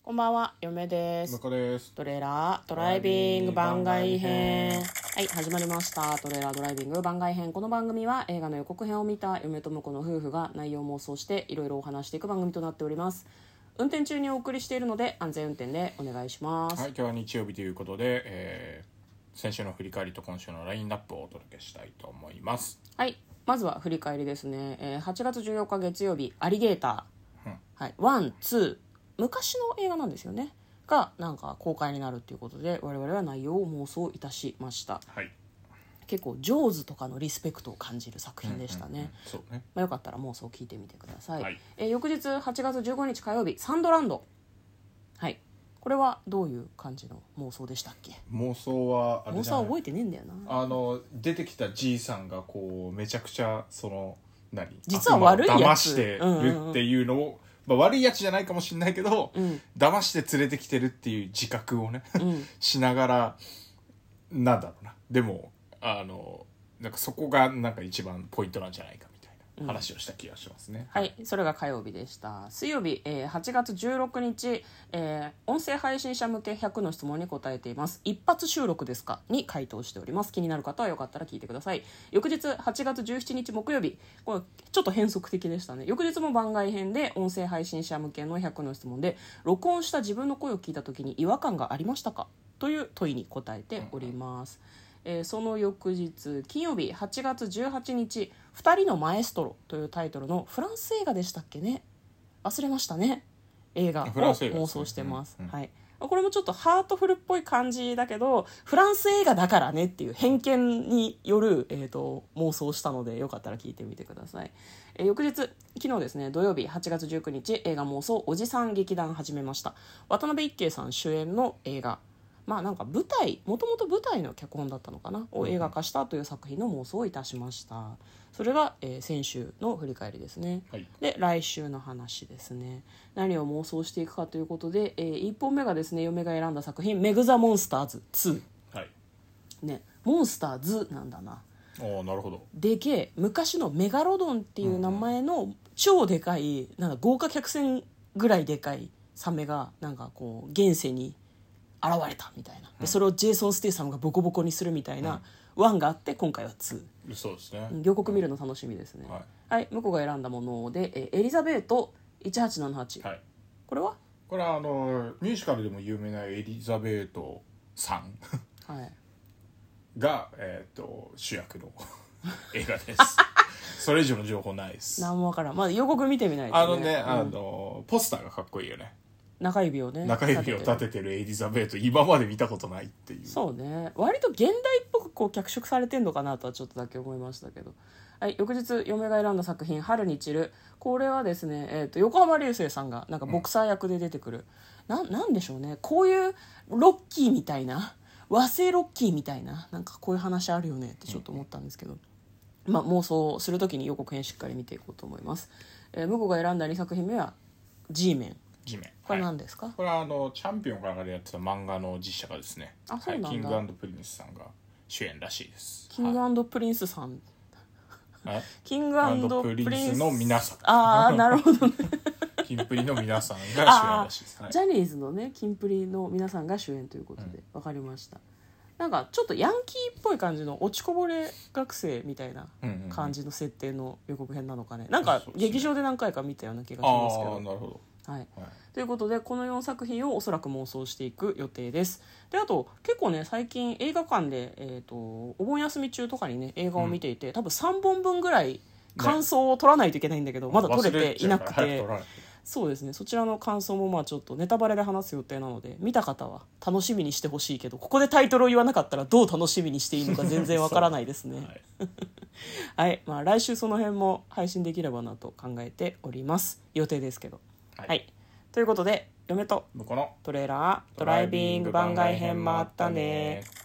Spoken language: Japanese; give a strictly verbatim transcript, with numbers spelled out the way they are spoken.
こんばんは、嫁です。 向こうです。 トレーラードライビング番外編。はい、始まりました。トレーラードライビング番外編。この番組は映画の予告編を見た嫁と婿の夫婦が内容を妄想していろいろお話していく番組となっております。運転中にお送りしているので安全運転でお願いします。 はい、今日は日曜日ということで、えー、先週の振り返りと今週のラインナップをお届けしたいと思います。 はい、まずは振り返りですね。えー、はちがつじゅうよっか月曜日、アリゲーター、うん、はい、ワン、ツー、昔の映画なんですよねがなんか公開になるということで、我々は内容を妄想いたしました。 はい、 結構ジョーズとかのリスペクトを感じる作品でしたね。うんうんうん、 そうね。 まあ、よかったら妄想聞いてみてください。 はい、 えー、翌日はちがつじゅうごにち火曜日、サンドランド。はい、これはどういう感じの妄想でしたっけ？ 妄想はあれじゃない？ 妄想は覚えてねえんだよな。 あの出てきたじいさんがこうめちゃくちゃその何実は悪いやつ騙してるっていうのを、うんうんうん、まあ、悪いやつじゃないかもしれないけど、うん、騙して連れてきてるっていう自覚をね、うん、しながらなんだろうな、でもあのなんかそこがなんか一番ポイントなんじゃないかみたいな話をした気がしますね。 うん、はい、それが火曜日でした。水曜日、えー、はちがつじゅうろくにち、えー、音声配信者向けひゃくの質問に答えています。一発収録ですかに回答しております。気になる方はよかったら聞いてください。翌日はちがつじゅうしちにち木曜日、これちょっと変則的でしたね。翌日も番外編で音声配信者向けのひゃくの質問で、録音した自分の声を聞いた時に違和感がありましたかという問いに答えております。えー、その翌日金曜日はちがつじゅうはちにち、ふたりのマエストロというタイトルのフランス映画でしたっけね、忘れましたね、映画を妄想してます。うんうん、はい、これもちょっとハートフルっぽい感じだけどフランス映画だからねっていう偏見による、えーと、妄想したのでよかったら聞いてみてください。えー、翌日昨日ですね、土曜日はちがつじゅうくにち、映画妄想おじさん劇団始めました。渡辺一慶さん主演の映画、まあなんか舞台、もともと舞台の脚本だったのかなを映画化したという作品の妄想をいたしました。それが、えー、先週の振り返りですね。はい、で来週の話ですね。何を妄想していくかということで、えー、いっぽんめがですね、嫁が選んだ作品メグ・ザ・モンスターズツー、はいね、モンスターズなんだな。 お、なるほど。 でけえ昔のメガロドンっていう名前の超でかい、なんか豪華客船ぐらいでかいサメがなんかこう現世に現れたみたいな、でそれをジェイソン・ステイサムがボコボコにするみたいなワンがあって、今回はツー。 そうですね。 予告見るの楽しみですね。はい、はい、向こうが選んだもので、えエリザベートいちはちななはち、はい、これはこれはあのミュージカルでも有名なエリザベートさん、はい、が、えー、と主役の映画ですそれ以上の情報ないです。 何もわからん。まだ予告見てみないと、 ね、あのね、うん、あのポスターがかっこいいよね。 中指をね中指を立ててるエリザベート、今まで見たことないっていう。 そうね、割と現代っぽくこう脚色されてんのかなとはちょっとだけ思いましたけど。はい、翌日嫁が選んだ作品春に散る。これはですね、えー、と横浜流星さんがなんかボクサー役で出てくる、うん、な, なんでしょうね、こういうロッキーみたいな、和製ロッキーみたいな、なんかこういう話あるよねってちょっと思ったんですけど、うん、まあ、妄想するときに予告編しっかり見ていこうと思います。えー、向こうが選んだにさく品目は G メン。 G メン、 これ何ですか？はい、 これはあのチャンピオンかなんかでやってた漫画の実写化ですね。 あ、そうなんだ。 はい、キング&プリンスさんが主演らしいです。 キング&プリンスさん、 はい、 キング&プリンスの皆さん、 ああなるほどねキンプリの皆さんが主演らしいです。はい、 ジャニーズのねキンプリの皆さんが主演ということで、分かりました。なんかちょっとヤンキーっぽい感じの落ちこぼれ学生みたいな感じの設定の予告編なのかね、なんか劇場で何回か見たような気がしますけど。 あ、なるほど。はいはい、 ということでこのよんさく品をおそらく妄想していく予定です。であと結構ね最近映画館で、えーと、お盆休み中とかにね映画を見ていて、うん、多分さんぼんぶんぐらい感想を取らないといけないんだけど、ね、まだ取れていなくて、そうですね、そちらの感想もまあちょっとネタバレで話す予定なので、見た方は楽しみにしてほしいけど、ここでタイトルを言わなかったらどう楽しみにしていいのか全然わからないですねはい、はい、まあ、来週その辺も配信できればなと考えております。予定ですけど、はい、はい、ということで嫁と向こうのトレーラードライビング番外編もあったね。